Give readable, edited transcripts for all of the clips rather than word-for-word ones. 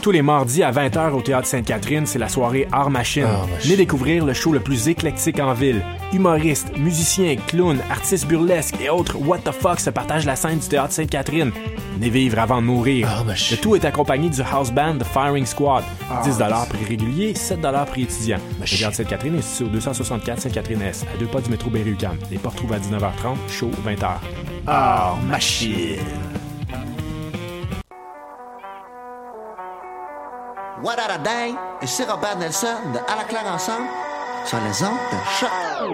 Tous les mardis à 20h au Théâtre Sainte-Catherine, c'est la soirée Art Machine. Venez découvrir le show le plus éclectique en ville. Humoristes, musiciens, clowns, artistes burlesques et autres what the fuck se partagent la scène du Théâtre Sainte-Catherine. Venez vivre avant de mourir. Le tout est accompagné du house band The Firing Squad. 10$ prix régulier, 7$ prix étudiant. Le Théâtre Sainte-Catherine est situé au 264 Sainte-Catherine-Est, à 2 pas du métro Berry-UQAM. Les portes ouvrent à 19h30, show 20h. Art Machine. What a day! Ici Robert Nelson de À la claire ensemble sur les ondes de choc.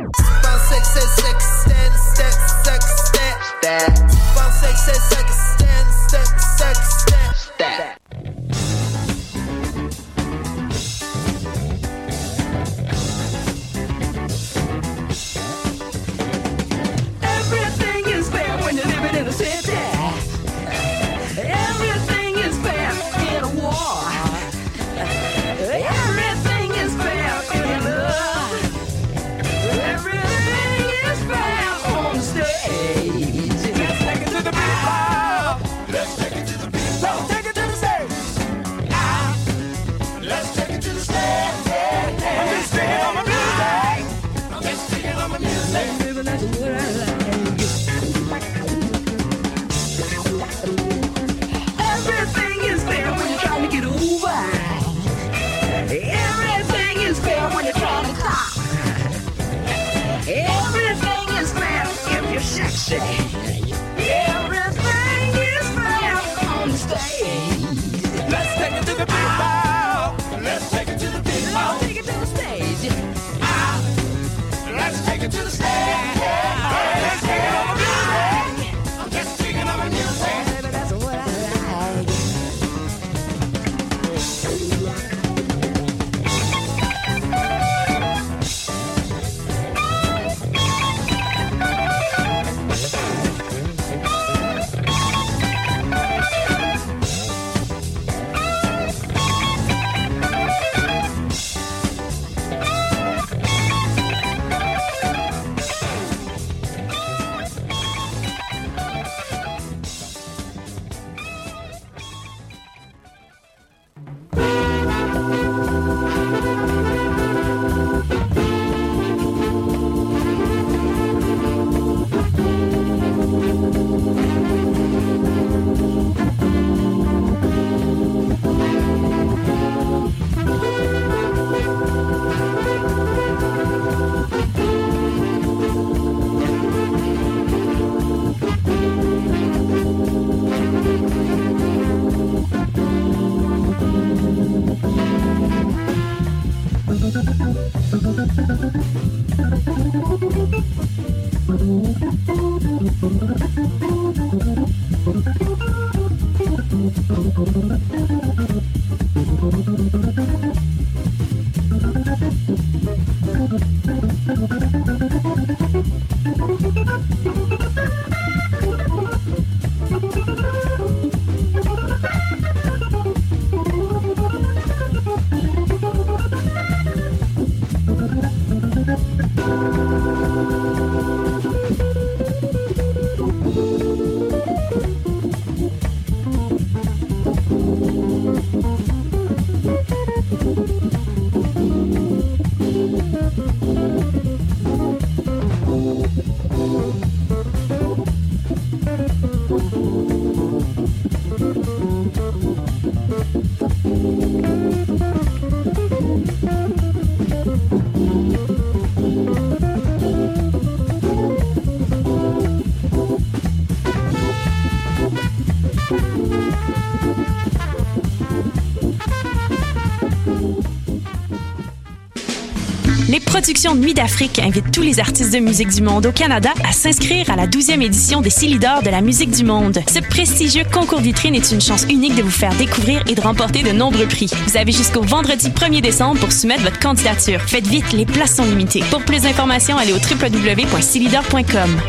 Les productions Nuit d'Afrique invitent tous les artistes de musique du monde au Canada à s'inscrire à la 12e édition des Silidor de la musique du monde. Ce prestigieux concours vitrine est une chance unique de vous faire découvrir et de remporter de nombreux prix. Vous avez jusqu'au vendredi 1er décembre pour soumettre votre candidature. Faites vite, les places sont limitées. Pour plus d'informations, allez au www.silidor.com.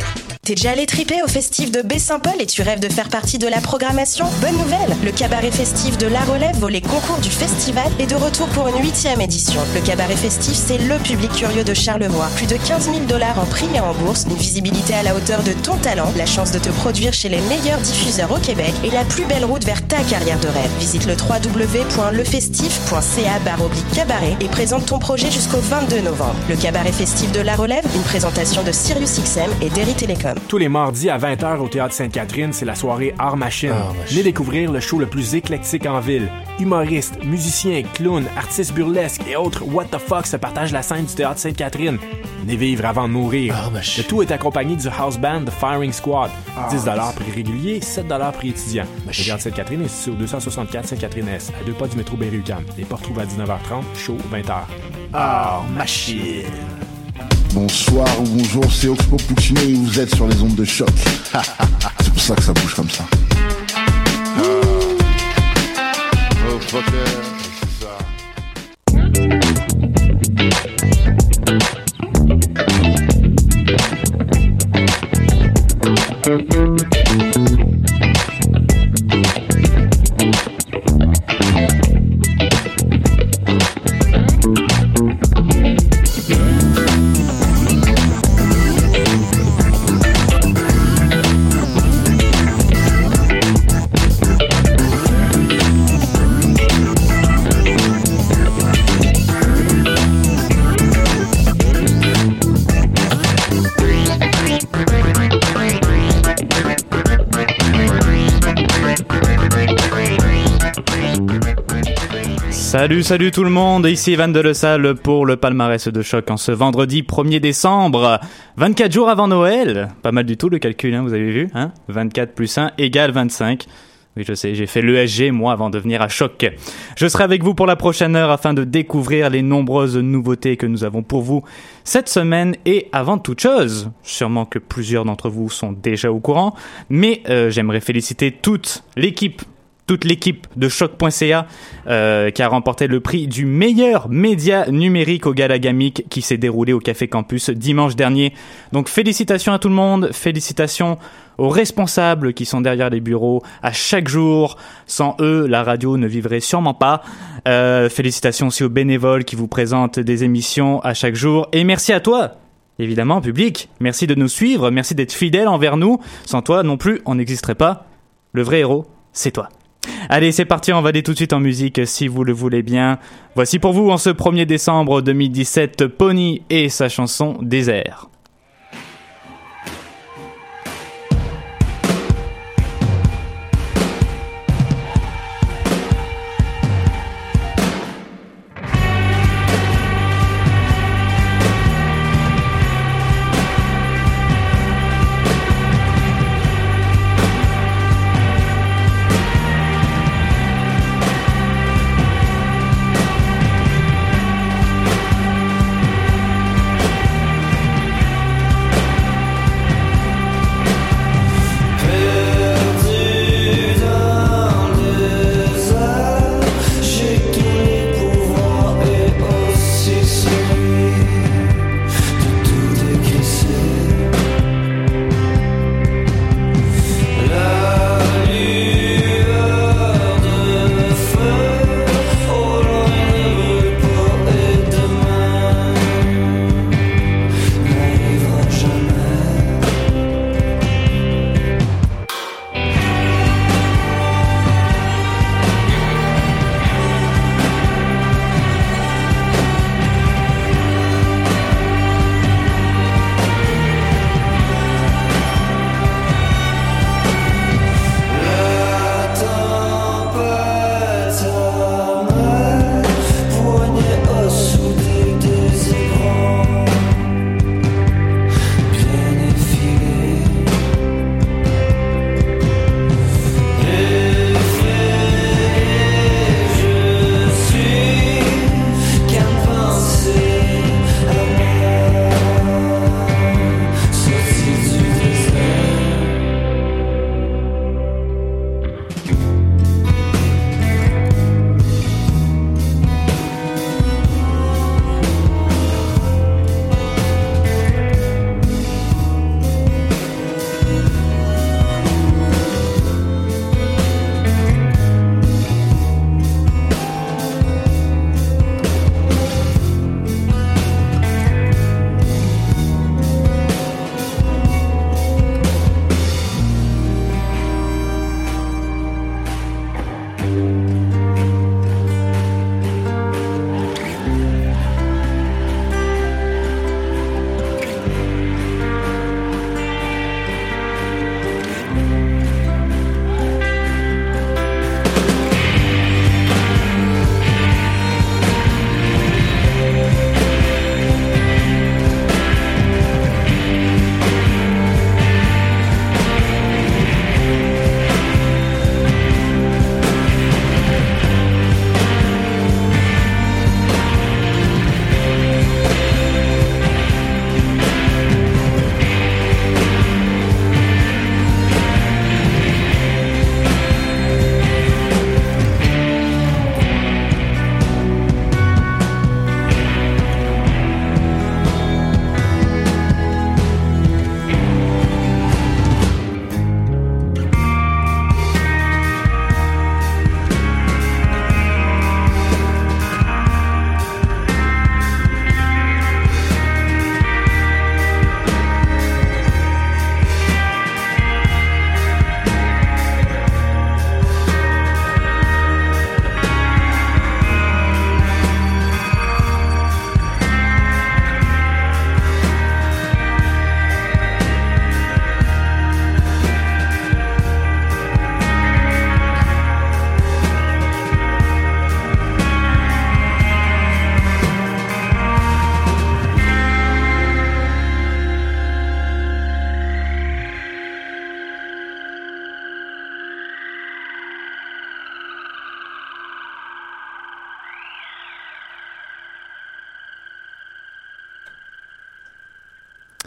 T'es déjà allé triper au festif de Baie-Saint-Paul et tu rêves de faire partie de la programmation? Bonne nouvelle! Le cabaret festif de La Relève, volet concours du festival, est de retour pour une 8e édition. Le cabaret festif, c'est le public curieux de Charlevoix. Plus de 15 000 $ en prix et en bourse, une visibilité à la hauteur de ton talent, la chance de te produire chez les meilleurs diffuseurs au Québec et la plus belle route vers ta carrière de rêve. Visite le www.lefestif.ca/cabaret et présente ton projet jusqu'au 22 novembre. Le cabaret festif de La Relève, une présentation de SiriusXM et Derry Télécom. Tous les mardis à 20h au Théâtre Sainte-Catherine, c'est la soirée Art Machine. Venez découvrir le show le plus éclectique en ville. Humoristes, musiciens, clowns, artistes burlesques et autres what the fuck se partagent la scène du Théâtre Sainte-Catherine. Venez vivre avant de mourir. Le tout est accompagné du house band The Firing Squad. 10$ prix régulier, 7$ prix étudiant. Le Théâtre Sainte-Catherine est situé au 264 Sainte-Catherine-Est, à 2 pas du métro Berry-UQAM. Les portes trouvent à 19h30, show 20h. Art Machine. Bonsoir ou bonjour, c'est Oxpo Puccino et vous êtes sur les ondes de choc. C'est pour ça que ça bouge comme ça. Oh, fucker, c'est ça. Salut tout le monde, ici Evan de Le Salle pour le palmarès de choc en ce vendredi 1er décembre, 24 jours avant Noël. Pas mal du tout le calcul, hein, vous avez vu, hein, 24 plus 1 égale 25. Oui, je sais, j'ai fait l'ESG, moi, avant de venir à Choc. Je serai avec vous pour la prochaine heure afin de découvrir les nombreuses nouveautés que nous avons pour vous cette semaine. Et avant toute chose, sûrement que plusieurs d'entre vous sont déjà au courant, mais j'aimerais féliciter toute l'équipe de Choc.ca qui a remporté le prix du meilleur média numérique au Gala Gamic qui s'est déroulé au Café Campus dimanche dernier. Donc félicitations à tout le monde, félicitations aux responsables qui sont derrière les bureaux à chaque jour. Sans eux, la radio ne vivrait sûrement pas. Félicitations aussi aux bénévoles qui vous présentent des émissions à chaque jour. Et merci à toi, évidemment, public. Merci de nous suivre, merci d'être fidèle envers nous. Sans toi non plus, on n'existerait pas. Le vrai héros, c'est toi. Allez, c'est parti, on va aller tout de suite en musique si vous le voulez bien. Voici pour vous en ce 1er décembre 2017, Pony et sa chanson Désert.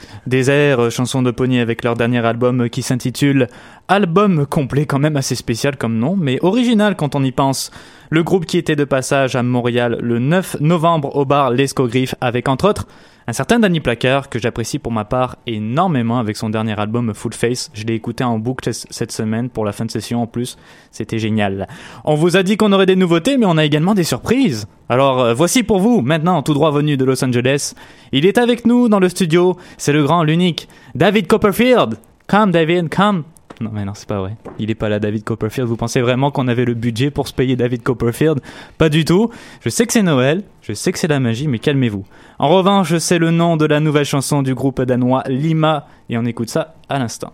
Désert, chanson de Pony avec leur dernier album qui s'intitule Album complet, quand même assez spécial comme nom, mais original quand on y pense. Le groupe qui était de passage à Montréal le 9 novembre au bar L'Escogriffe avec entre autres un certain Danny Placard que j'apprécie pour ma part énormément avec son dernier album Full Face. Je l'ai écouté en boucle cette semaine pour la fin de session en plus, c'était génial. On vous a dit qu'on aurait des nouveautés mais on a également des surprises. Alors voici pour vous, maintenant tout droit venu de Los Angeles. Il est avec nous dans le studio, c'est le grand, l'unique, David Copperfield. Come David, come. Non mais non, c'est pas vrai. Il est pas là, David Copperfield. Vous pensez vraiment qu'on avait le budget pour se payer David Copperfield? Pas du tout. Je sais que c'est Noël, je sais que c'est la magie, mais calmez-vous. En revanche, c'est le nom de la nouvelle chanson du groupe danois Lima, et on écoute ça à l'instant.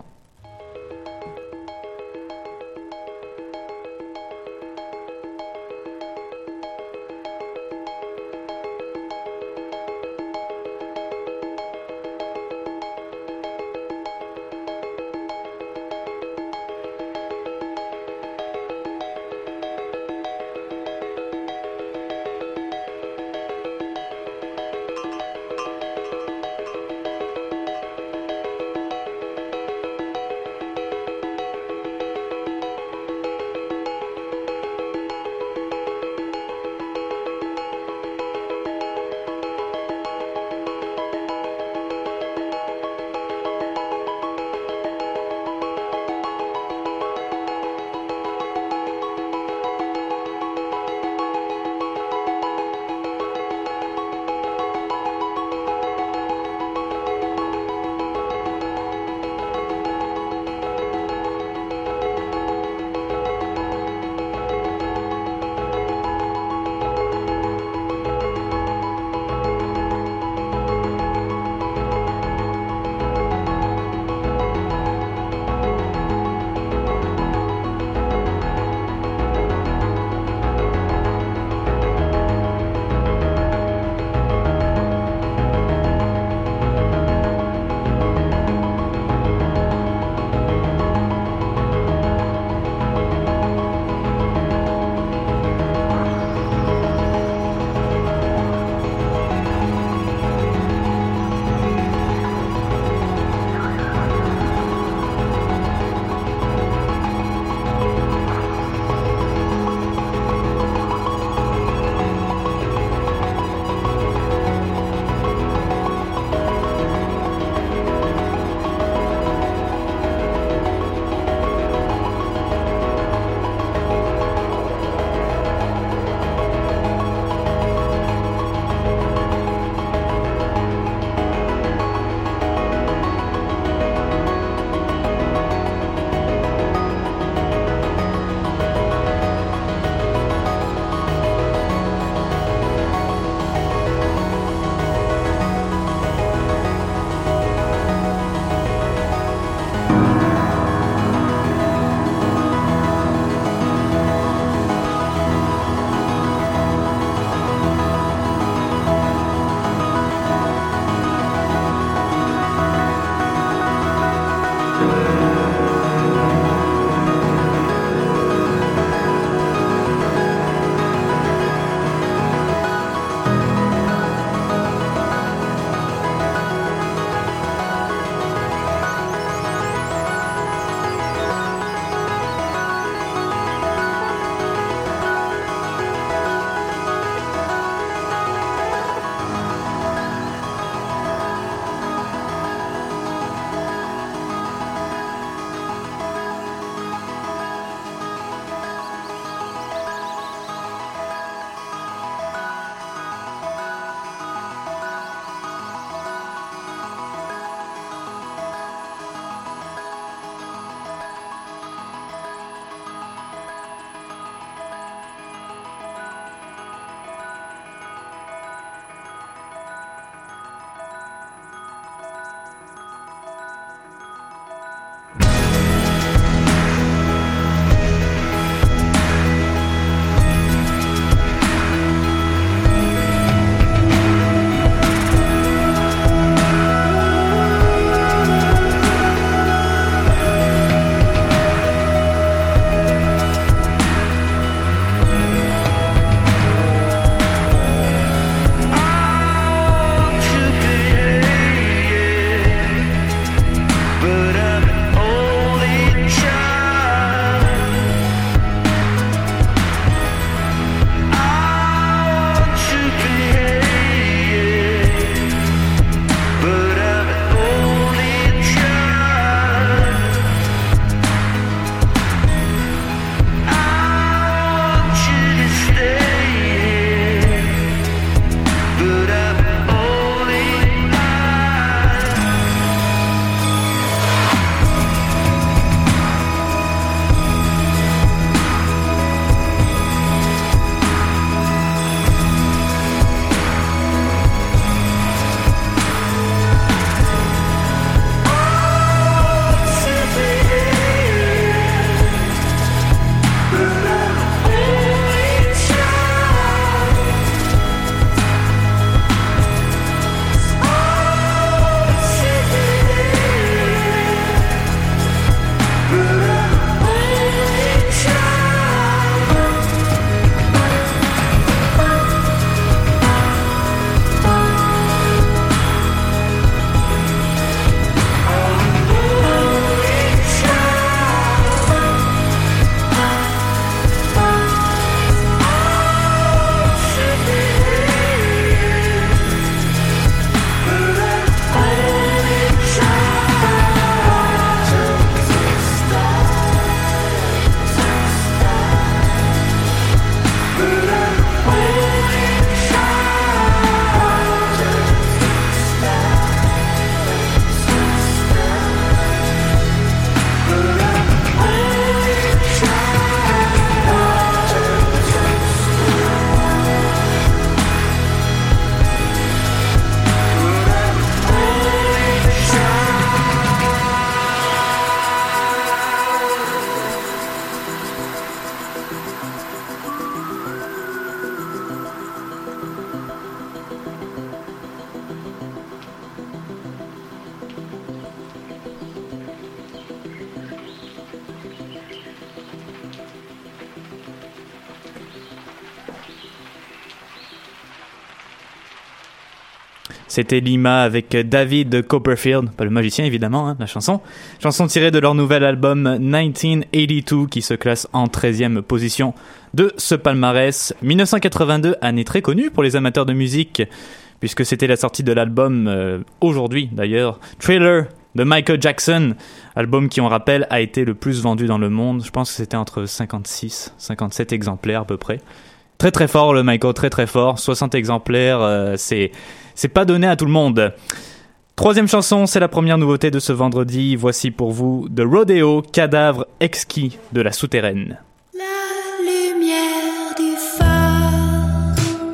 C'était Lima avec David Copperfield, pas le magicien évidemment, la chanson tirée de leur nouvel album 1982 qui se classe en 13e position de ce palmarès. 1982, année très connue pour les amateurs de musique, puisque c'était la sortie de l'album, aujourd'hui d'ailleurs, Thriller de Michael Jackson, album qui, on rappelle, a été le plus vendu dans le monde. Je pense que c'était entre 57 exemplaires à peu près. Très très fort le Michael, très très fort. 60 exemplaires, c'est pas donné à tout le monde. Troisième chanson, c'est la première nouveauté de ce vendredi. Voici pour vous The Rodeo, Cadavre exquis de la souterraine. La lumière du phare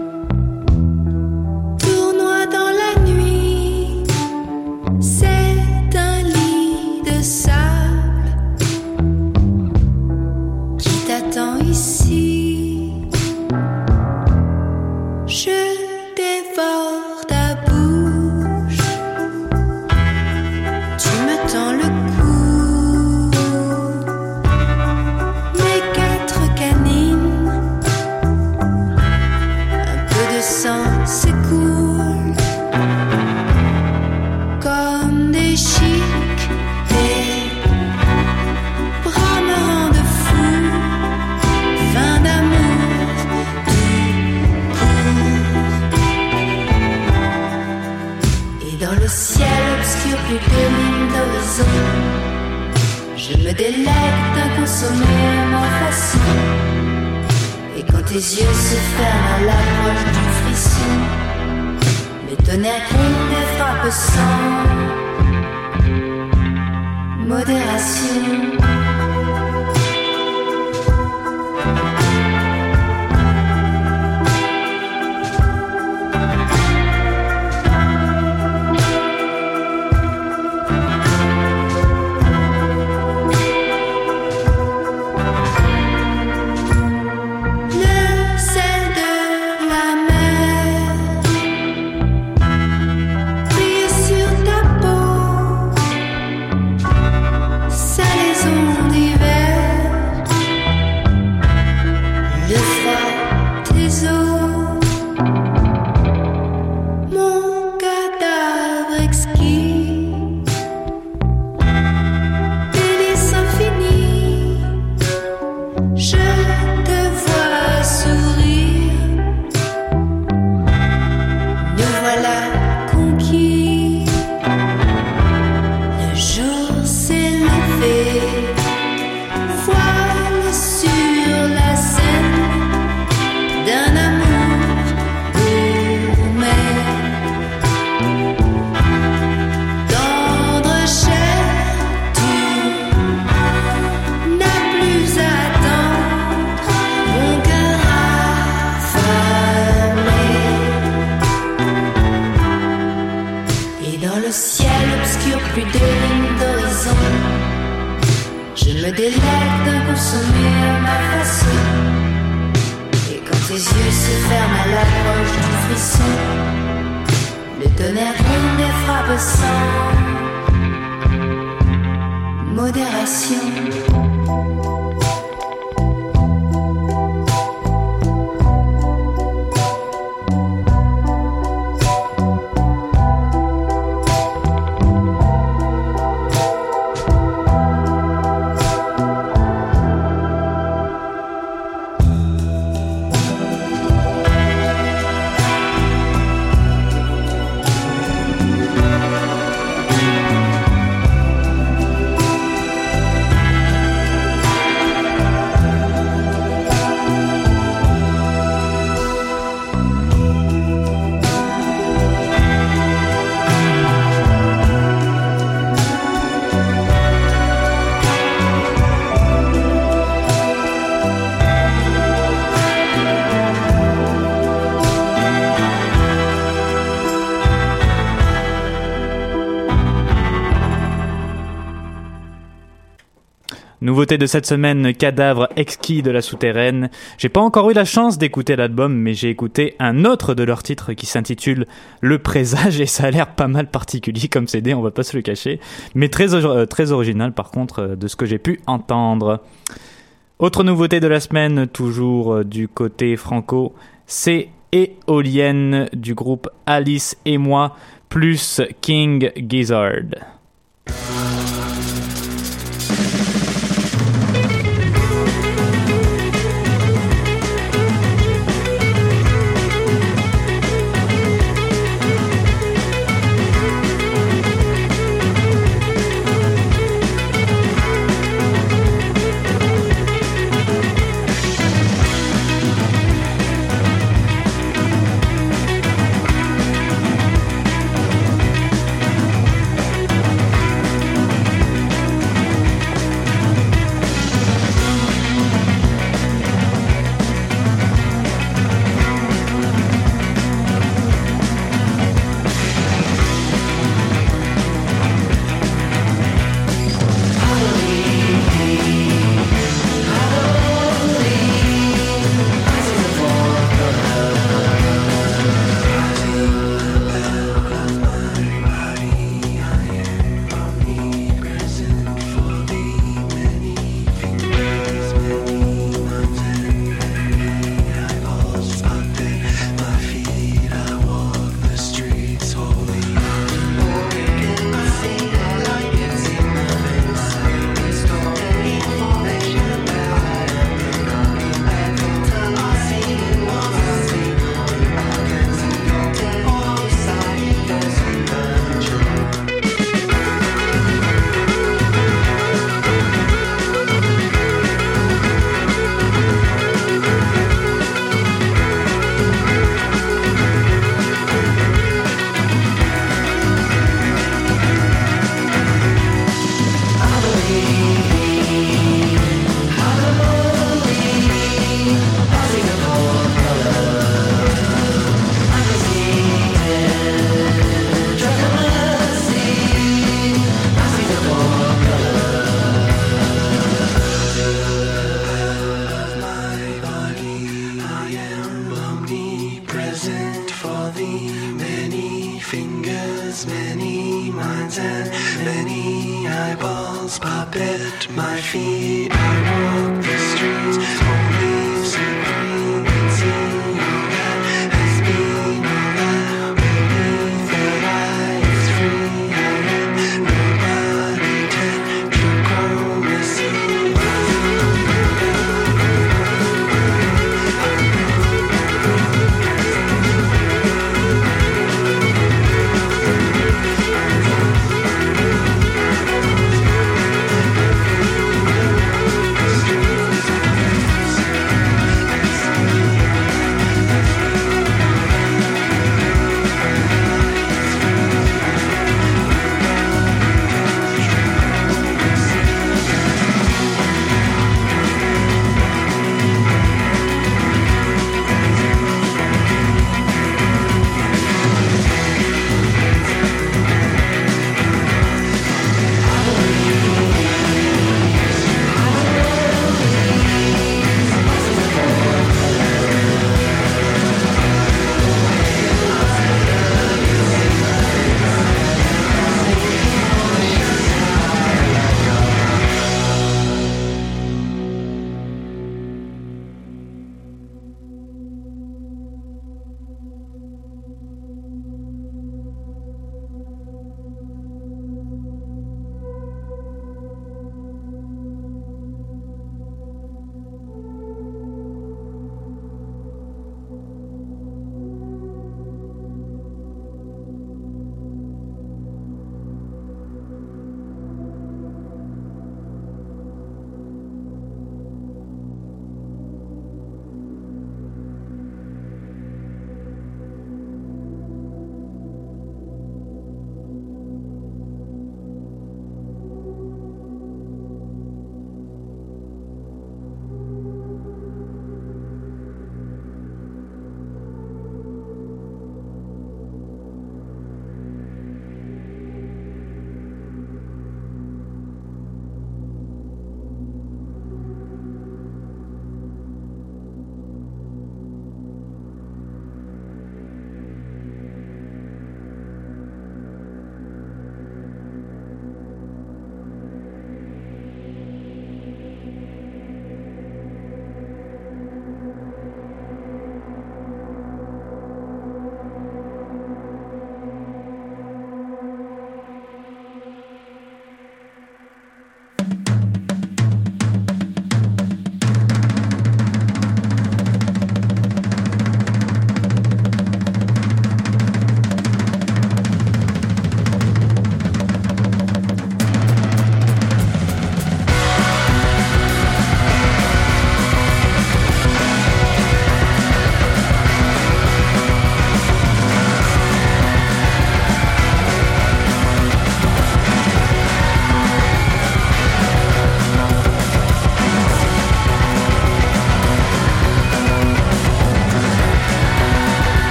tournoie dans la nuit. C'est un lit de sable qui t'attend ici. Je dévore ta bouche, tu me tends le cou, mes 4 canines, un peu de sang s'écoule, comme des chics, des bras me rendent fou, fin d'amour tout court. Et dans le ciel obscur, plus de lignes d'horizon, je me délecte à consommer ma façon. Et quand tes yeux se ferment à l'approche du frisson, les tonnerres grondent des frappes sans modération. Nouveauté de cette semaine, Cadavre exquis de la souterraine. J'ai pas encore eu la chance d'écouter l'album, mais j'ai écouté un autre de leurs titres qui s'intitule Le Présage et ça a l'air pas mal particulier comme CD, on va pas se le cacher, mais très original par contre de ce que j'ai pu entendre. Autre nouveauté de la semaine, toujours du côté franco, c'est Éolienne du groupe Alice et moi, plus King Gizzard.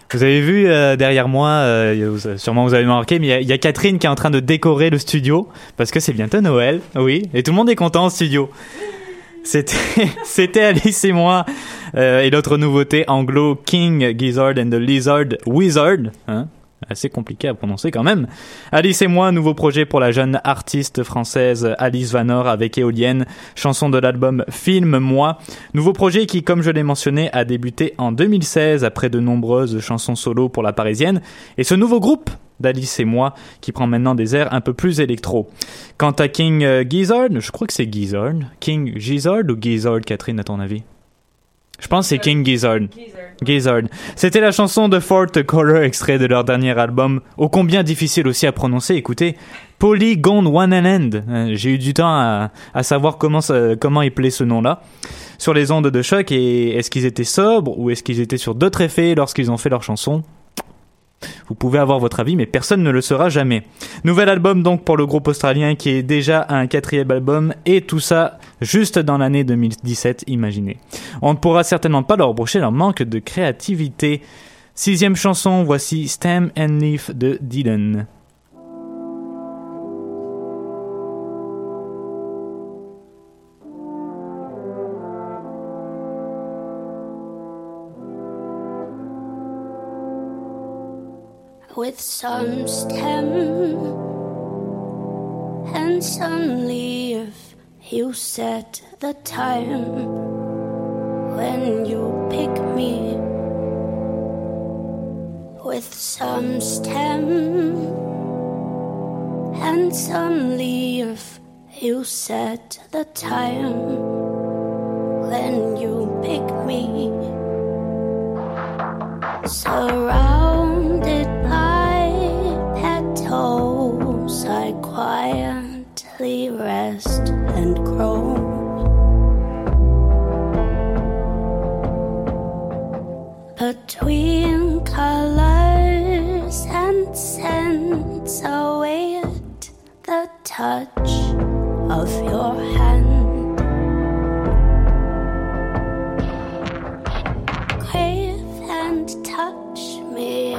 Vous avez vu derrière moi, sûrement vous avez remarqué, mais il y a Catherine qui est en train de décorer le studio parce que c'est bientôt Noël, oui, et tout le monde est content au studio. C'était Alice et moi et l'autre nouveauté anglo, King Gizzard and the Lizard Wizard, hein, assez compliqué à prononcer quand même. Alice et moi, nouveau projet pour la jeune artiste française Alice Vanor avec Éolienne, chanson de l'album Filme-moi. Nouveau projet qui, comme je l'ai mentionné, a débuté en 2016 après de nombreuses chansons solo pour la Parisienne. Et ce nouveau groupe d'Alice et moi qui prend maintenant des airs un peu plus électro. Quant à King Gizzard, je crois que c'est Gizzard. King Gizzard ou Gizzard, Catherine, à ton avis? Je pense que c'est King Gizzard. Gizzard. C'était la chanson de Fort Color, extrait de leur dernier album, ô combien difficile aussi à prononcer. Écoutez, Polygon One and End. J'ai eu du temps à savoir comment il plaît ce nom-là. Sur les ondes de choc, et est-ce qu'ils étaient sobres ou est-ce qu'ils étaient sur d'autres effets lorsqu'ils ont fait leur chanson? Vous pouvez avoir votre avis, mais personne ne le saura jamais. Nouvel album donc pour le groupe australien qui est déjà un 4e album, et tout ça juste dans l'année 2017, imaginez. On ne pourra certainement pas leur reprocher leur manque de créativité. 6e chanson, voici Stem and Leaf de Dylan. With some stem and some leaf, you set the time when you pick me. With some stem and some leaf, you set the time when you pick me. Surrounded by petals, I quietly rest and grow. Between colors and scents, await the touch of your hand. Crave and touch me.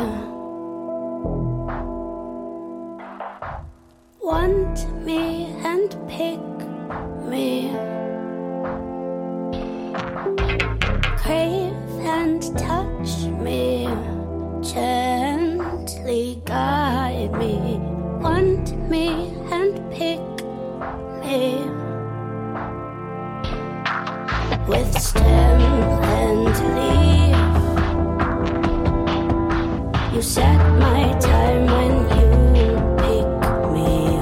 Want me and pick me. Crave and touch me. Gently guide me. Want me and pick me. With stem and leaf, you set my time when you pick me.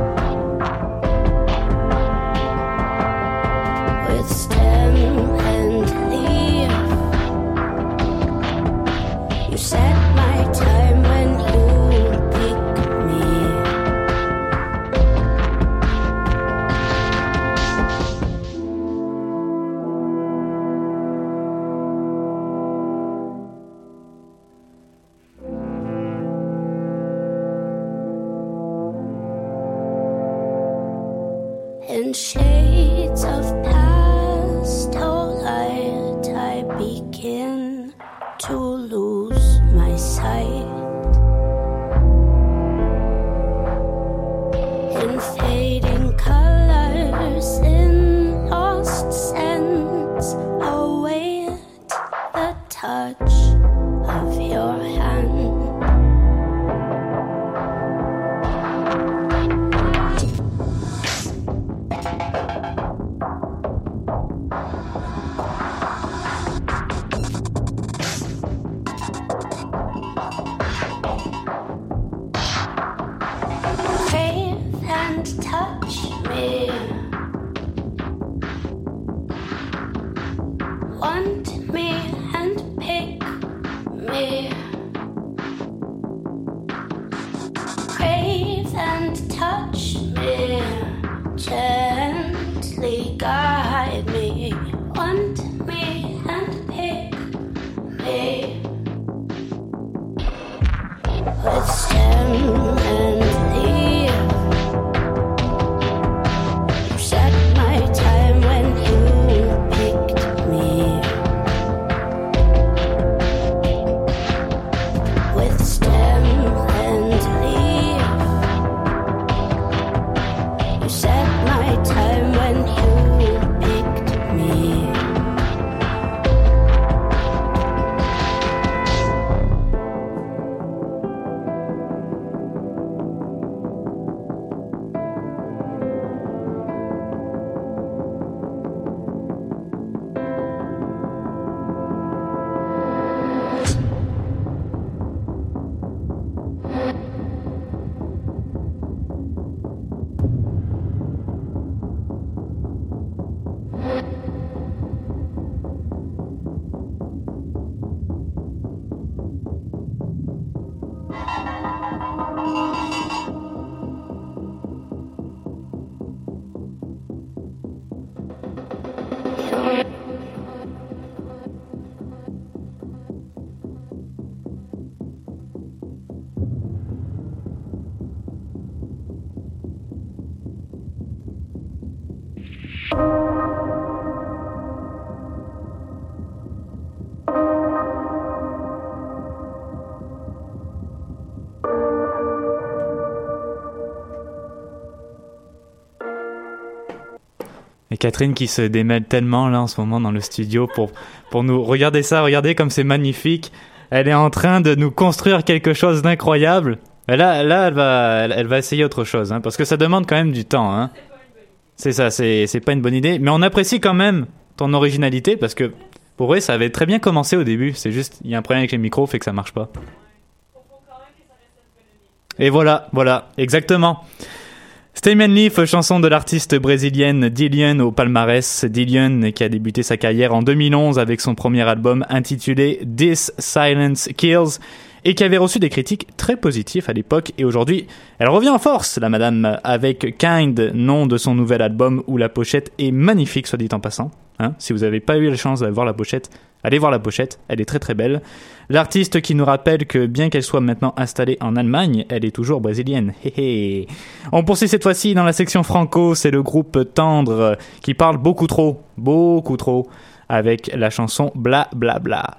With stem and leaf, you set my time when you pick me. In shades of pastel light, I begin to lose my sight. In fading colors, in lost scents, await the touch of your hand. Touch me. Want me and pick me. Crave and touch me. Gently guide me. Want me and pick me. With stem and leaf, set my time when you picked me. Et Catherine qui se démêle tellement là en ce moment dans le studio pour nous... Regardez ça, regardez comme c'est magnifique. Elle est en train de nous construire quelque chose d'incroyable. Et là elle va essayer autre chose, hein, parce que ça demande quand même du temps. Hein. C'est ça, c'est pas une bonne idée. Mais on apprécie quand même ton originalité, parce que pour vrai, ça avait très bien commencé au début. C'est juste, il y a un problème avec les micros, fait que ça marche pas. Et voilà, exactement. Stay Man Leaf, chanson de l'artiste brésilienne Dillian au palmarès. Dillian qui a débuté sa carrière en 2011 avec son premier album intitulé This Silence Kills et qui avait reçu des critiques très positives à l'époque. Et aujourd'hui, elle revient en force, la madame, avec Kind, nom de son nouvel album où la pochette est magnifique, soit dit en passant. Hein, si vous n'avez pas eu la chance de voir la pochette, allez voir la pochette, elle est très très belle. L'artiste qui nous rappelle que bien qu'elle soit maintenant installée en Allemagne, elle est toujours brésilienne. On poursuit cette fois-ci dans la section franco, c'est le groupe Tendre qui parle beaucoup trop, avec la chanson Bla Bla Bla.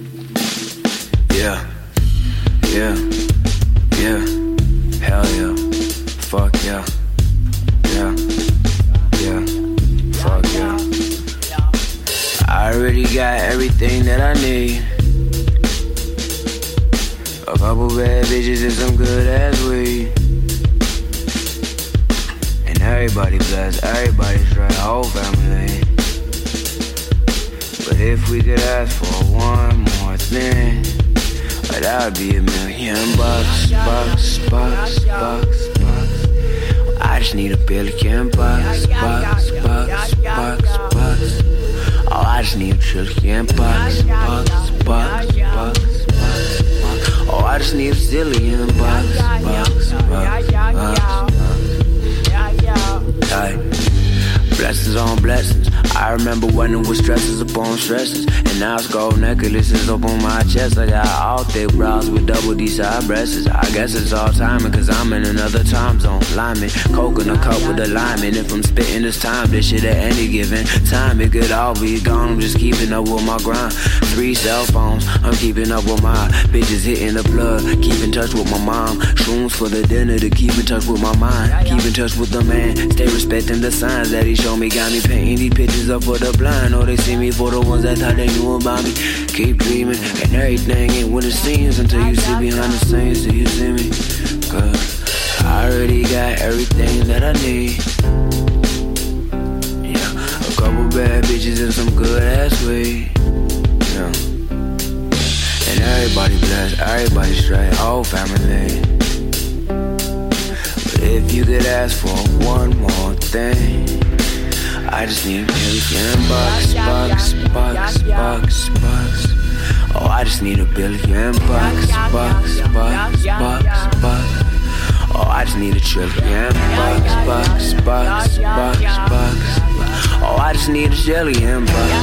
Yeah, yeah, yeah, hell yeah, fuck yeah, yeah, yeah, fuck yeah. I already got everything that I need. A couple bad bitches and some good ass weed. And everybody blessed, everybody straight, whole family. But if we could ask for one more thing, that would be $1 million bucks. I just need $1 billion bucks. Oh, I just need $1 trillion bucks. Oh, I just need $1 zillion bucks. Hey. Blessings on blessings. I remember when it was stresses upon stresses, and now it's gold necklaces up on my chest. I got all thick brows with double D side breasts. I guess it's all timing, cause I'm in another time zone. Liming, coke in a cup with a lime. And if I'm spitting this time, this shit at any given time, it could all be gone. I'm just keeping up with my grind. 3 cell phones, I'm keeping up with my bitches hitting the plug. Keep in touch with my mom. Shrooms for the dinner to keep in touch with my mind. Keep in touch with the man. Stay respecting the signs that he showed me. Got me painting these pictures up for the blind. Or they see me for the ones that thought they knew about me. Keep dreaming, and everything ain't what it seems until you see behind the scenes. Do you see me? Cause I already got everything that I need. Yeah, a couple bad bitches and some good ass weed. Yeah, and everybody blessed, everybody straight, whole family. But if you could ask for one more thing, I just need $1 billion bucks. Oh, I just need $1 billion bucks. Oh, I just need $1 trillion bucks. Oh, I just need $1 zillion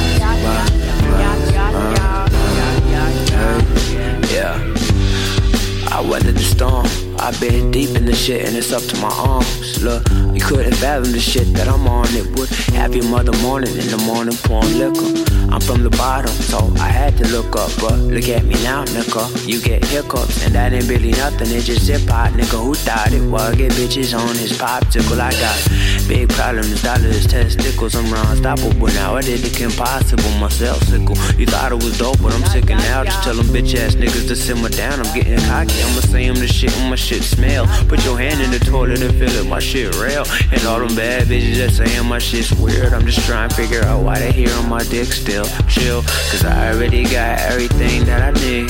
bucks. Yeah. I weathered the storm. I've been deep in the shit and it's up to my arms. Look, you couldn't fathom the shit that I'm on. It would have your mother mourning in the morning pouring liquor. I'm from the bottom, so I had to look up. But look at me now, nigga. You get hiccups, and that ain't really nothing. It's just hip-hop, nigga. Who thought it was? Get bitches on his popsicle. I got big problems, dollars, testicles. I'm unstoppable now. I did the impossible, myself sickle. You thought it was dope, but I'm sick of now. Just tell them bitch-ass niggas to simmer down. I'm getting cocky. I'ma say them the shit when my shit smell. Put your hand in the toilet and feel it, my shit real. And all them bad bitches that saying my shit's weird. I'm just trying to figure out why they here on my dick still. Chill, cause I already got everything that I need.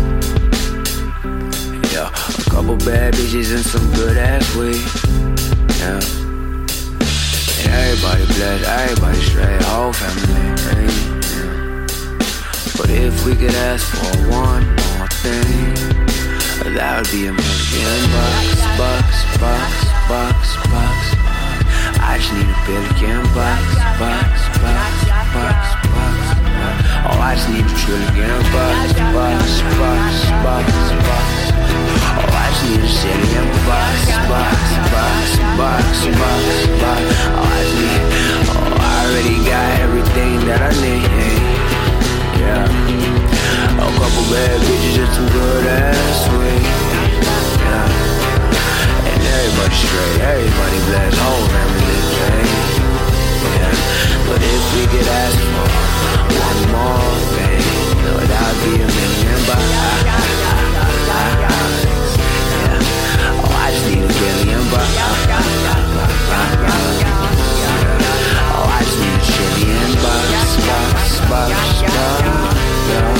Yeah, a couple bad bitches and some good ass weed. Yeah, and everybody blessed, everybody straight, whole family. Yeah. But if we could ask for one more thing, that would be $1 million bucks. I just need $1 billion bucks. Oh, I just need $1 trillion bucks. Oh, I just need $1 zillion bucks. Oh, I just need. Oh, I already got everything that I need. Yeah, a couple bad bitches and some good ass weed. Yeah, and everybody straight, everybody blessed, whole family straight. Yeah, but if we could ask for one more thing, that would be $1 million bucks. Yeah, oh, I just need $1 billion bucks. Oh, I just need $1 trillion bucks. Yeah.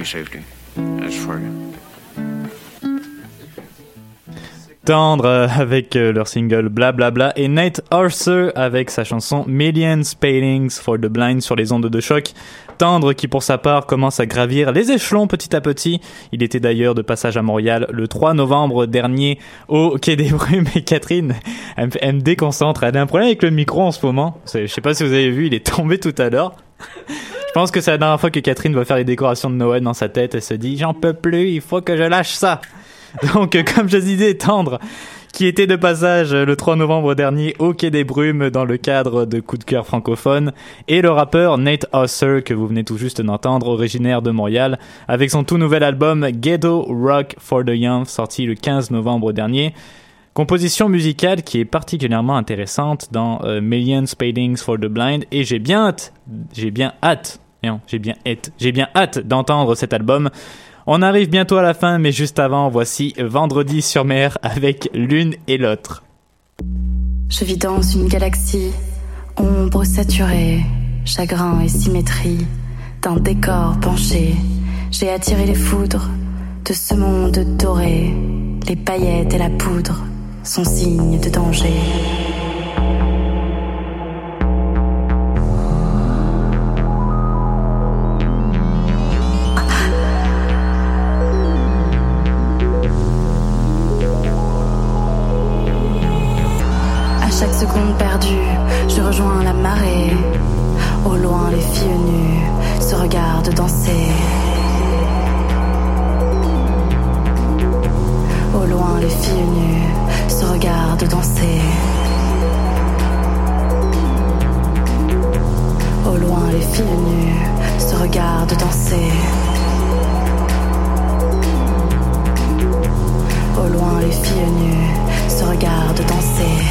safety. That's for you. Tendre avec leur single Blablabla et Nate Arthur avec sa chanson Million Spellings for the Blind sur les ondes de choc. Tendre qui pour sa part commence à gravir les échelons petit à petit. Il était d'ailleurs de passage à Montréal le 3 novembre dernier au Quai des Brumes et Catherine elle me déconcentre. Elle a un problème avec le micro en ce moment. Je sais pas si vous avez vu, il est tombé tout à l'heure. Je pense que c'est la dernière fois que Catherine va faire les décorations de Noël dans sa tête. Elle se dit j'en peux plus, il faut que je lâche ça. Donc, comme je disais, Tendre, qui était de passage le 3 novembre dernier au Quai des Brumes dans le cadre de Coup de cœur francophone, et le rappeur Nate Arthur, que vous venez tout juste d'entendre, originaire de Montréal, avec son tout nouvel album Ghetto Rock for the Young, sorti le 15 novembre dernier. Composition musicale qui est particulièrement intéressante dans Million Spellings for the Blind, et j'ai bien hâte d'entendre cet album. On arrive bientôt à la fin, mais juste avant, voici Vendredi sur mer avec l'une et l'autre. Je vis dans une galaxie, ombre saturée, chagrin et symétrie, d'un décor penché. J'ai attiré les foudres de ce monde doré. Les paillettes et la poudre sont signes de danger. Chaque seconde perdue, je rejoins la marée. Au loin, les filles nues se regardent danser. Au loin, les filles nues se regardent danser. Au loin, les filles nues se regardent danser. Au loin, les filles nues se regardent danser.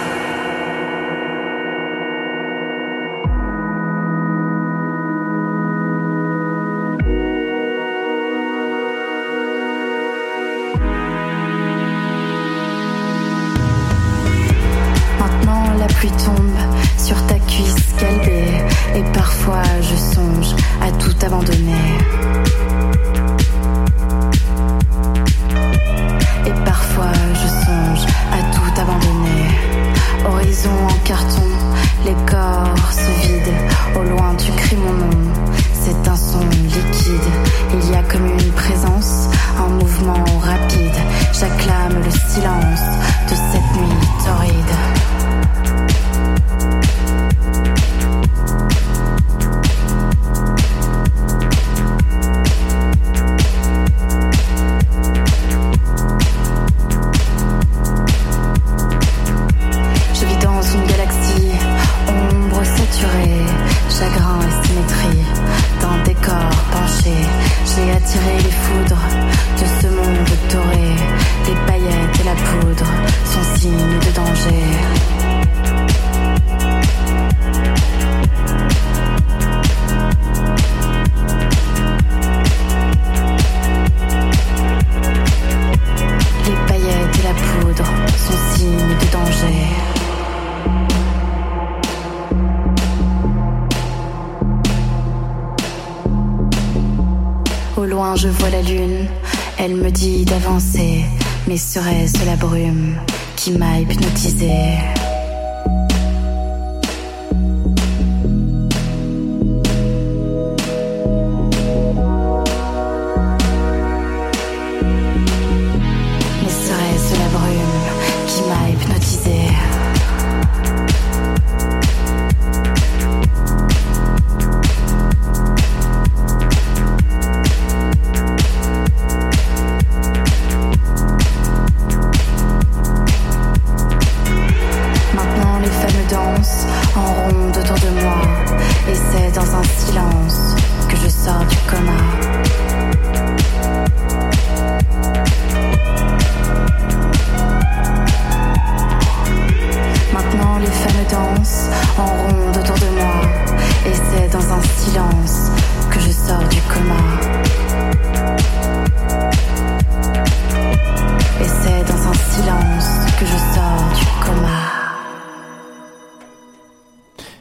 La pluie tombe sur ta cuisse galbée, et parfois je songe à tout abandonner. Et parfois je songe à tout abandonner. Horizon en carton, les corps se vident. Au loin tu cries mon nom, c'est un son liquide. Il y a comme une présence, un mouvement rapide. J'acclame le silence de cette nuit torride. Chagrin et symétrie, d'un décor penché. J'ai attiré les foudres de ce monde doré. Les paillettes et la poudre sont signes de danger. Les paillettes et la poudre sont signes de danger. Au loin je vois la lune, elle me dit d'avancer, mais serait-ce la brume qui m'a hypnotisé? Mais serait-ce la brume qui m'a hypnotisé?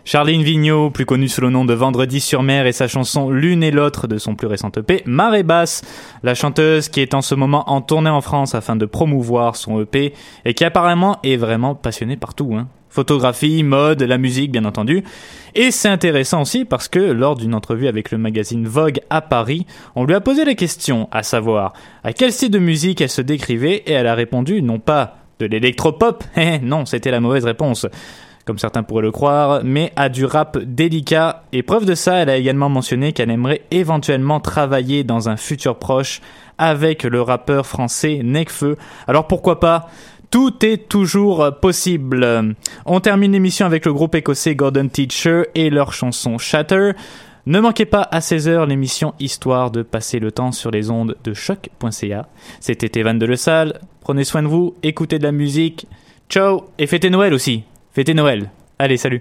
Charline Vigneault, plus connue sous le nom de Vendredi sur mer, et sa chanson L'une et l'autre de son plus récent EP, Marée basse. La chanteuse qui est en ce moment en tournée en France afin de promouvoir son EP et qui apparemment est vraiment passionnée par tout, hein. Photographie, mode, la musique bien entendu. Et c'est intéressant aussi parce que lors d'une entrevue avec le magazine Vogue à Paris, on lui a posé la question, à savoir à quel style de musique elle se décrivait, et elle a répondu non pas de l'électropop, non, c'était la mauvaise réponse, comme certains pourraient le croire, mais à du rap délicat. Et preuve de ça, elle a également mentionné qu'elle aimerait éventuellement travailler dans un futur proche avec le rappeur français Nekfeu. Alors pourquoi pas ? Tout est toujours possible. On termine l'émission avec le groupe écossais Golden Teacher et leur chanson Shatter. Ne manquez pas à 16h l'émission histoire de passer le temps sur les ondes de choc.ca. C'était Evan de Le Salle. Prenez soin de vous, écoutez de la musique. Ciao, et fêtez Noël aussi. Fêtez Noël. Allez, salut.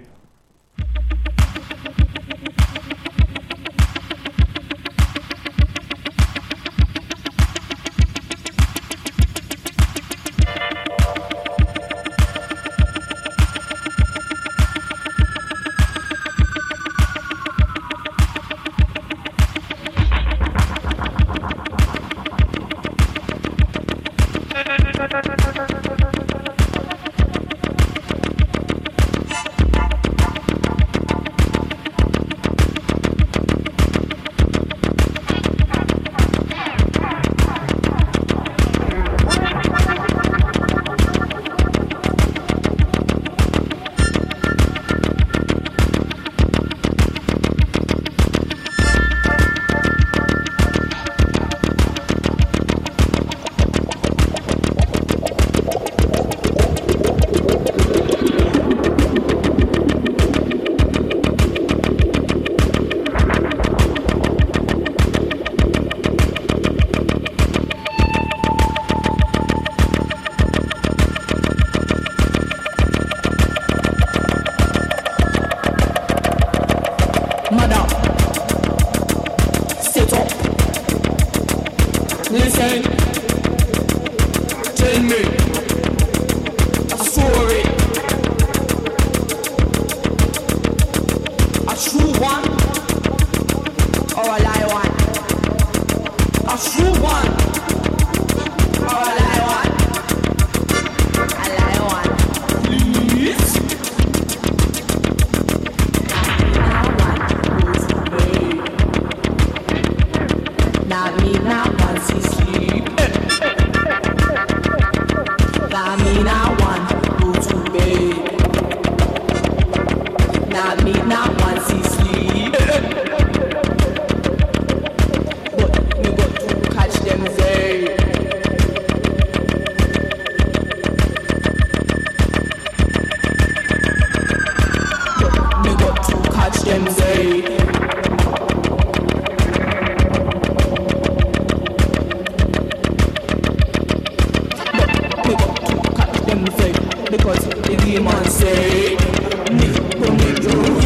Because the demon say, Nick,